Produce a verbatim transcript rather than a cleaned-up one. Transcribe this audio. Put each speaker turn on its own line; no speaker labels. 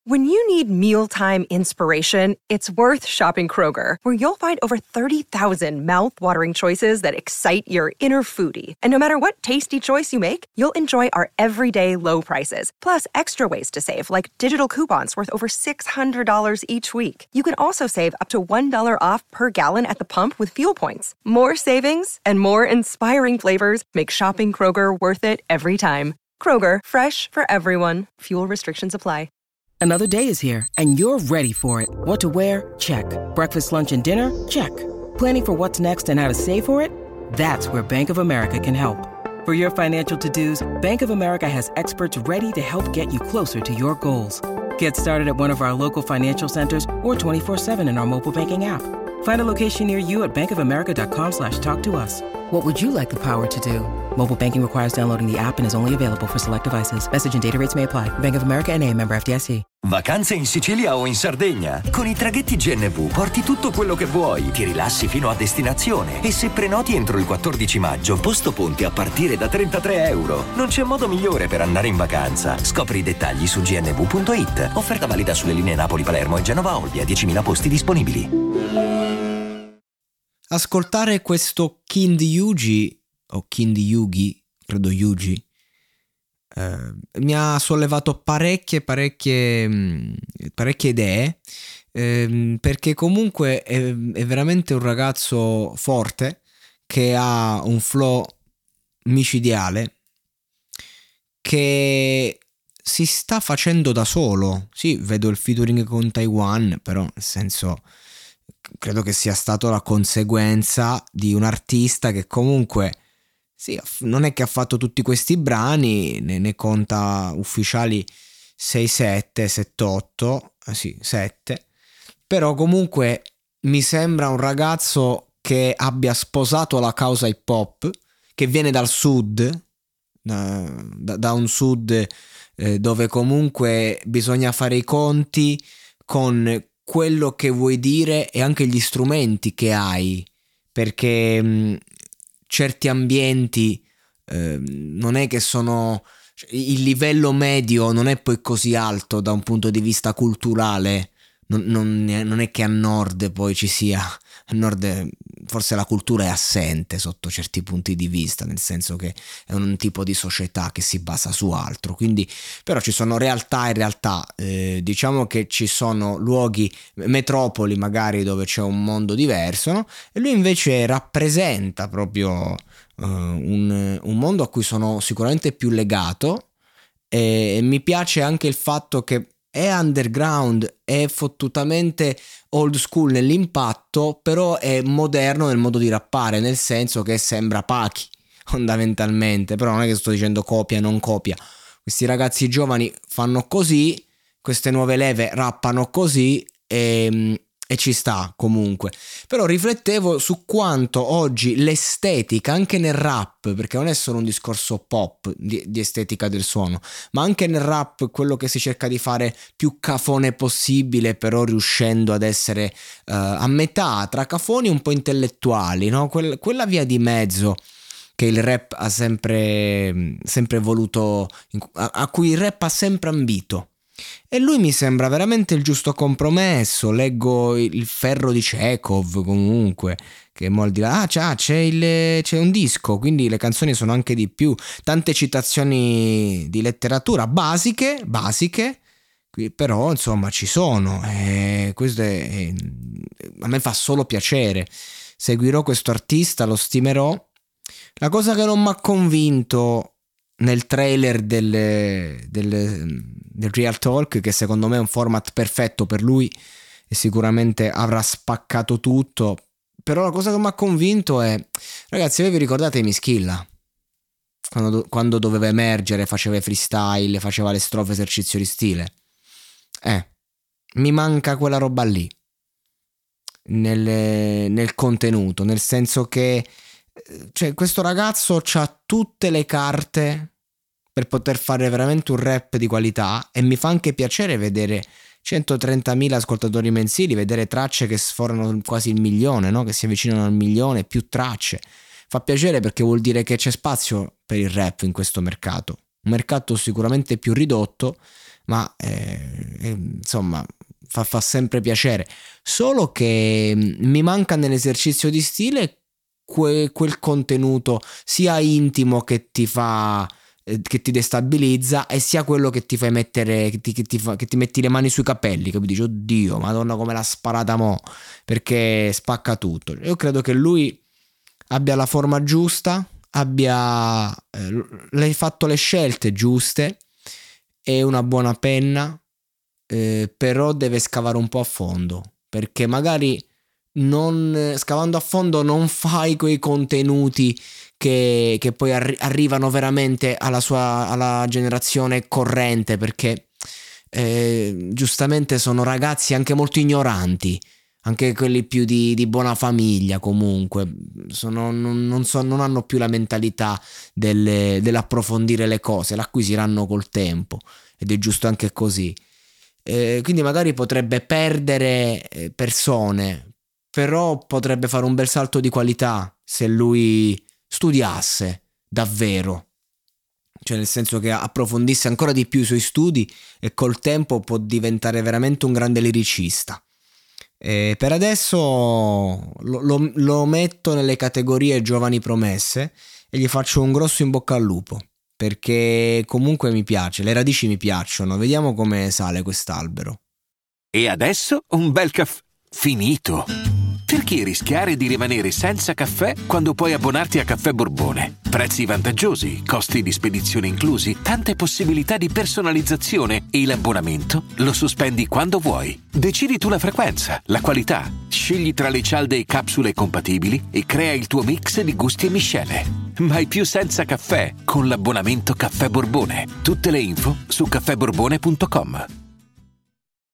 When you need mealtime inspiration, it's worth shopping Kroger, where you'll find over thirty thousand mouth-watering choices that excite your inner foodie. And no matter what tasty choice you make, you'll enjoy our everyday low prices, plus extra ways to save, like digital coupons worth over six hundred dollars each week. You can also save up to one dollar off per gallon at the pump with fuel points. More savings and more inspiring flavors make shopping Kroger worth it every time. Kroger, fresh for everyone. Fuel restrictions apply.
Another day is here, and you're ready for it. What to wear? Check. Breakfast, lunch, and dinner? Check. Planning for what's next and how to save for it? That's where Bank of America can help. For your financial to-dos, Bank of America has experts ready to help get you closer to your goals. Get started at one of our local financial centers or twenty-four seven in our mobile banking app. Find a location near you at bankofamerica.com slash talk to us. What would you like the power to do? Mobile banking requires downloading the app and is only available for select devices. Message and data rates may apply. Bank of America N A, member F D I C.
Vacanze in Sicilia o in Sardegna? Con i traghetti G N V porti tutto quello che vuoi, ti rilassi fino a destinazione e se prenoti entro il quattordici maggio, posto ponti a partire da trentatré euro. Non c'è modo migliore per andare in vacanza. Scopri i dettagli su g n v punto i t. Offerta valida sulle linee Napoli-Palermo e Genova-Olbia, diecimila posti disponibili.
Ascoltare questo Kind Yugi o Kind Yugi, credo Yugi, eh, mi ha sollevato parecchie parecchie mh, parecchie idee, eh, perché comunque è, è veramente un ragazzo forte che ha un flow micidiale, che si sta facendo da solo. Sì, vedo il featuring con Taiwan, però nel senso credo che sia stato la conseguenza di un artista che comunque sì, non è che ha fatto tutti questi brani, ne, ne conta ufficiali sei sette, sette otto, eh sì, sette, però comunque mi sembra un ragazzo che abbia sposato la causa hip hop, che viene dal sud, da, da, da un sud eh, dove comunque bisogna fare i conti con quello che vuoi dire e anche gli strumenti che hai, perché mh, certi ambienti eh, non è che sono, il livello medio non è poi così alto da un punto di vista culturale, non, non, è, non è che a nord poi ci sia, a nord forse la cultura è assente sotto certi punti di vista, nel senso che è un tipo di società che si basa su altro, quindi però ci sono realtà e realtà, eh, diciamo che ci sono luoghi, metropoli magari dove c'è un mondo diverso, no? E lui invece rappresenta proprio uh, un, un mondo a cui sono sicuramente più legato, e, e mi piace anche il fatto che è underground, è fottutamente old school nell'impatto, però è moderno nel modo di rappare, nel senso che sembra Pachi fondamentalmente, però non è che sto dicendo copia, non copia. Questi ragazzi giovani fanno così, queste nuove leve rappano così e, e ci sta comunque. Però riflettevo su quanto oggi l'estetica anche nel rap, perché non è solo un discorso pop di, di estetica del suono, ma anche nel rap quello che si cerca di fare più cafone possibile, però riuscendo ad essere uh, a metà tra cafoni un po' intellettuali, no? Quell- quella via di mezzo che il rap ha sempre sempre voluto, a, a cui il rap ha sempre ambito. E lui mi sembra veramente il giusto compromesso. Leggo il ferro di Chekhov comunque, che mo al di là, ah c'è, c'è, il, c'è un disco, quindi le canzoni sono anche di più, tante citazioni di letteratura basiche, basiche, però insomma ci sono, e questo è, è, a me fa solo piacere. Seguirò questo artista, lo stimerò. La cosa che non mi ha convinto nel trailer del, del, del Real Talk, che secondo me è un format perfetto per lui e sicuramente avrà spaccato tutto, però la cosa che mi ha convinto è, ragazzi, voi vi ricordate Mischilla? Quando, quando doveva emergere, faceva i freestyle, faceva le strofe esercizio di stile. Eh, mi manca quella roba lì nel, nel contenuto, nel senso che cioè questo ragazzo c'ha tutte le carte per poter fare veramente un rap di qualità, e mi fa anche piacere vedere centotrentamila ascoltatori mensili, vedere tracce che sforano quasi il milione, no? Che si avvicinano al milione, più tracce. Fa piacere perché vuol dire che c'è spazio per il rap in questo mercato, un mercato sicuramente più ridotto, ma eh, eh, insomma fa, fa sempre piacere, solo che mi manca nell'esercizio di stile que, quel contenuto sia intimo che ti fa che ti destabilizza, e sia quello che ti fai mettere, che ti, che ti, fa, che ti metti le mani sui capelli, che dici oddio, madonna come l'ha sparata mo, perché spacca tutto. Io credo che lui abbia la forma giusta, abbia eh, l'hai fatto le scelte giuste, è una buona penna, eh, però deve scavare un po' a fondo, perché magari non scavando a fondo non fai quei contenuti che, che poi arri- arrivano veramente alla sua alla generazione corrente, perché eh, giustamente sono ragazzi anche molto ignoranti, anche quelli più di, di buona famiglia, comunque sono, non, non, so, non hanno più la mentalità del, dell'approfondire le cose, l'acquisiranno col tempo, ed è giusto anche così. Eh, quindi magari potrebbe perdere persone, però potrebbe fare un bel salto di qualità se lui studiasse davvero, cioè nel senso che approfondisse ancora di più i suoi studi, e col tempo può diventare veramente un grande liricista. E per adesso lo, lo, lo metto nelle categorie giovani promesse e gli faccio un grosso in bocca al lupo, perché comunque mi piace, le radici mi piacciono, vediamo come sale quest'albero.
E adesso un bel caffè finito. Perché rischiare di rimanere senza caffè quando puoi abbonarti a Caffè Borbone? Prezzi vantaggiosi, costi di spedizione inclusi, tante possibilità di personalizzazione, e l'abbonamento lo sospendi quando vuoi. Decidi tu la frequenza, la qualità, scegli tra le cialde e capsule compatibili e crea il tuo mix di gusti e miscele. Mai più senza caffè con l'abbonamento Caffè Borbone. Tutte le info su caffè borbone punto com.